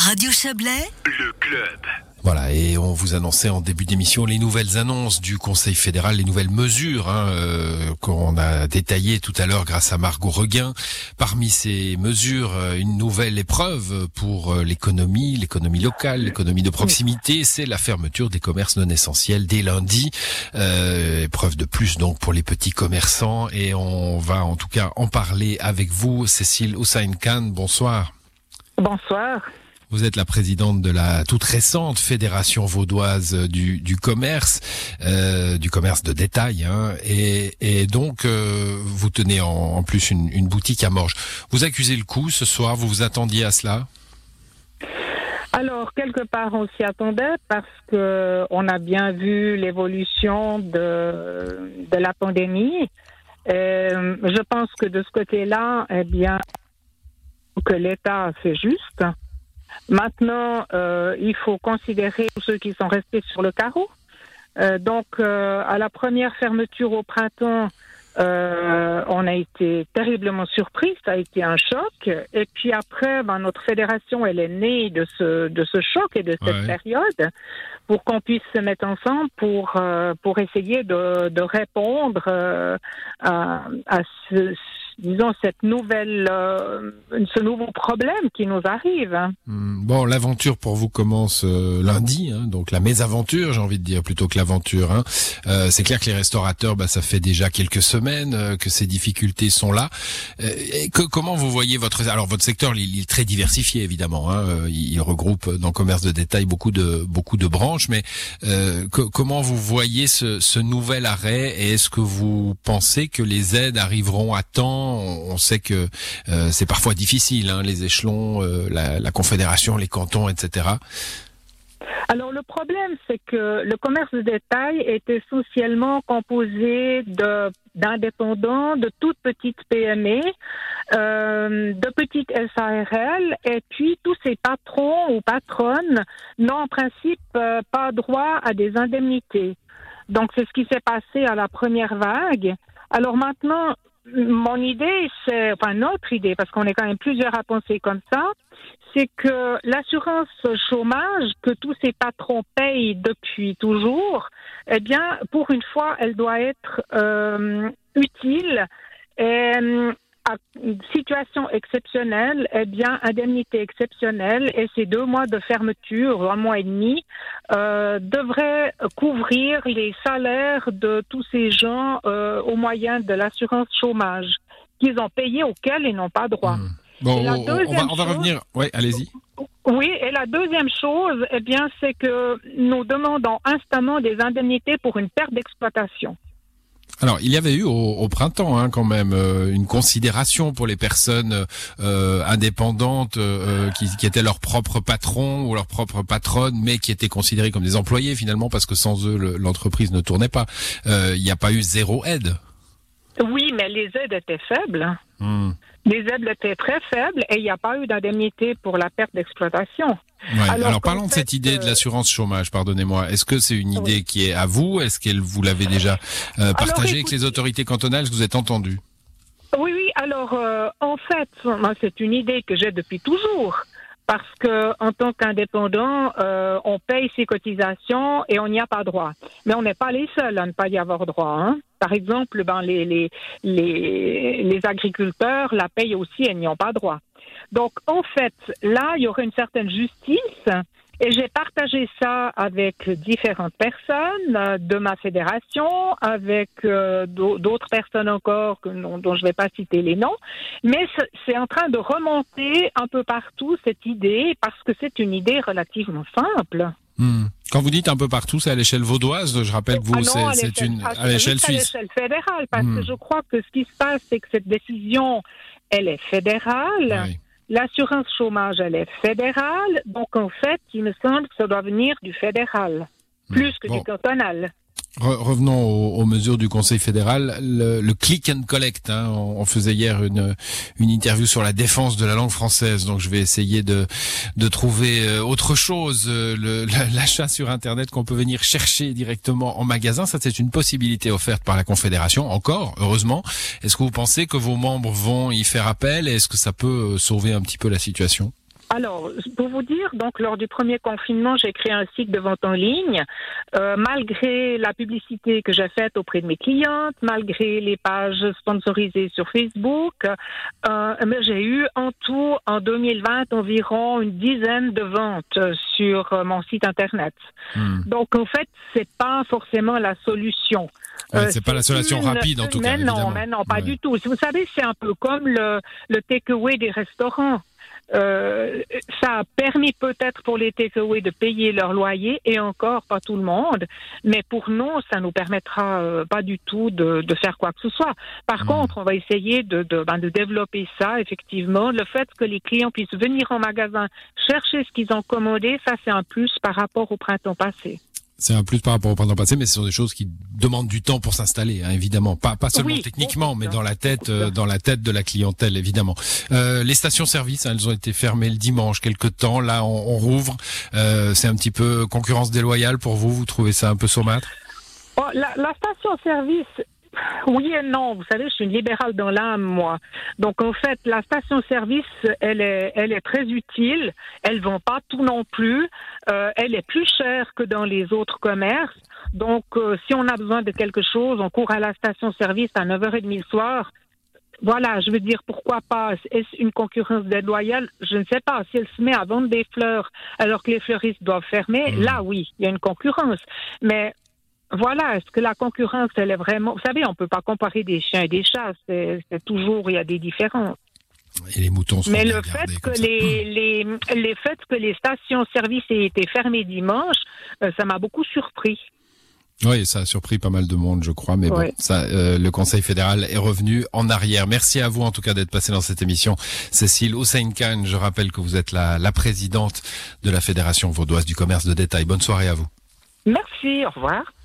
Radio Chablais, le club. Voilà, et on vous annonçait en début d'émission les nouvelles annonces du Conseil fédéral, les nouvelles mesures qu'on a détaillées tout à l'heure grâce à Margot Reguin. Parmi ces mesures, une nouvelle épreuve pour l'économie locale, l'économie de proximité, c'est la fermeture des commerces non essentiels dès lundi. Épreuve de plus donc pour les petits commerçants, et on va en tout cas en parler avec vous, Cécile Hussein-Khan. Bonsoir. Bonsoir. Vous êtes la présidente de la toute récente Fédération vaudoise du commerce de détail, et donc vous tenez en plus une boutique à Morges. Vous accusez le coup ce soir, vous vous attendiez à cela ? Alors, quelque part, on s'y attendait parce que on a bien vu l'évolution de la pandémie. Je pense que de ce côté-là, que l'État a fait juste. Maintenant, il faut considérer tous ceux qui sont restés sur le carreau. Donc, à la première fermeture au printemps, on a été terriblement surpris, ça a été un choc. Et puis après, notre fédération, elle est née de ce choc et de cette période, pour qu'on puisse se mettre ensemble pour essayer de répondre à ce nouveau problème qui nous arrive. Bon, l'aventure pour vous commence lundi, donc la mésaventure, j'ai envie de dire, plutôt que l'aventure. C'est clair que les restaurateurs, ça fait déjà quelques semaines que ces difficultés sont là. Comment vous voyez votre secteur? Il est très diversifié, évidemment. Il regroupe dans le commerce de détail beaucoup de branches, mais comment vous voyez ce nouvel arrêt, et est-ce que vous pensez que les aides arriveront à temps? On sait que c'est parfois difficile, les échelons, la confédération, les cantons, etc. Alors le problème, c'est que le commerce de détail est essentiellement composé d'indépendants, de toutes petites PME, de petites SARL, et puis tous ces patrons ou patronnes n'ont en principe pas droit à des indemnités. Donc c'est ce qui s'est passé à la première vague. Alors maintenant, notre idée, parce qu'on est quand même plusieurs à penser comme ça, c'est que l'assurance chômage que tous ces patrons payent depuis toujours, pour une fois, elle doit être utile. À une situation exceptionnelle, indemnité exceptionnelle, et ces 2 mois de fermeture, 1 mois et demi, devraient couvrir les salaires de tous ces gens au moyen de l'assurance chômage qu'ils ont payé, auquel ils n'ont pas droit. Bon, on va revenir. Oui, allez-y. Oui, et la deuxième chose, c'est que nous demandons instamment des indemnités pour une perte d'exploitation. Alors, il y avait eu au printemps quand même une considération pour les personnes indépendantes qui étaient leurs propres patrons ou leurs propres patronnes, mais qui étaient considérées comme des employés finalement, parce que sans eux, l'entreprise ne tournait pas. Il n'y a pas eu zéro aide. Oui, mais les aides étaient faibles. Les aides étaient très faibles, et il n'y a pas eu d'indemnité pour la perte d'exploitation. Ouais. Alors parlons de cette idée de l'assurance chômage, pardonnez-moi. Est-ce que c'est une idée qui est à vous? Est-ce que vous l'avez déjà partagée avec les autorités cantonales? Est-ce que vous êtes entendu? Oui. Alors, en fait, moi, c'est une idée que j'ai depuis toujours. Parce que, en tant qu'indépendant, on paye ses cotisations et on n'y a pas droit. Mais on n'est pas les seuls à ne pas y avoir droit. Par exemple, les agriculteurs la payent aussi et n'y ont pas droit. Donc, en fait, là, il y aurait une certaine justice, et j'ai partagé ça avec différentes personnes de ma fédération, avec d'autres personnes encore dont je ne vais pas citer les noms, mais c'est en train de remonter un peu partout, cette idée, parce que c'est une idée relativement simple. Quand vous dites un peu partout, c'est à l'échelle vaudoise. Je rappelle que vous, c'est à l'échelle suisse. À l'échelle fédérale, parce que je crois que ce qui se passe, c'est que cette décision, elle est fédérale. Oui. L'assurance chômage, elle est fédérale. Donc, en fait, il me semble que ça doit venir du fédéral, plus que du cantonal. Revenons aux mesures du Conseil fédéral. Le click and collect, on faisait hier une interview sur la défense de la langue française, donc je vais essayer de trouver autre chose. L'achat sur Internet qu'on peut venir chercher directement en magasin, ça c'est une possibilité offerte par la Confédération, encore, heureusement. Est-ce que vous pensez que vos membres vont y faire appel, et est-ce que ça peut sauver un petit peu la situation ? Alors, pour vous dire, donc lors du premier confinement, j'ai créé un site de vente en ligne. Malgré la publicité que j'ai faite auprès de mes clientes, malgré les pages sponsorisées sur Facebook, mais j'ai eu en tout, en 2020, environ une dizaine de ventes sur mon site Internet. Donc, en fait, c'est pas forcément la solution. C'est pas la solution rapide, en tout cas, évidemment. Mais non, pas du tout. Vous savez, c'est un peu comme le take-away des restaurants. Ça a permis peut-être pour les take-away de payer leur loyer, et encore pas tout le monde, mais pour nous, ça nous permettra pas du tout de faire quoi que ce soit. Par contre, on va essayer de développer ça, effectivement. Le fait que les clients puissent venir en magasin chercher ce qu'ils ont commandé, ça c'est un plus par rapport au printemps passé. C'est un plus par rapport au printemps passé, mais ce sont des choses qui demandent du temps pour s'installer, hein, évidemment. Pas seulement techniquement, mais dans la tête de la clientèle, évidemment. Les stations-service, elles ont été fermées le dimanche quelque temps. Là, on rouvre. C'est un petit peu concurrence déloyale pour vous. Vous trouvez ça un peu saumâtre? La station-service, oui et non. Vous savez, je suis une libérale dans l'âme, moi. Donc, en fait, la station-service, elle est très utile. Elle vend pas tout non plus. Elle est plus chère que dans les autres commerces. Donc, si on a besoin de quelque chose, on court à la station-service à 9h30 le soir. Voilà, je veux dire, pourquoi pas? Est-ce une concurrence déloyale? Je ne sais pas. Si elle se met à vendre des fleurs alors que les fleuristes doivent fermer, là, oui, il y a une concurrence. Mais voilà, est-ce que la concurrence, elle est vraiment... Vous savez, on ne peut pas comparer des chiens et des chats. C'est toujours, il y a des différences. Et les moutons sont mais bien le gardés fait que comme ça. les faits que les stations-service aient été fermées dimanche, ça m'a beaucoup surpris. Oui, ça a surpris pas mal de monde, je crois, mais bon, ça, le Conseil fédéral est revenu en arrière. Merci à vous, en tout cas, d'être passé dans cette émission. Cécile Hossein-Khan, je rappelle que vous êtes la présidente de la Fédération vaudoise du commerce de détail. Bonne soirée à vous. Merci, au revoir.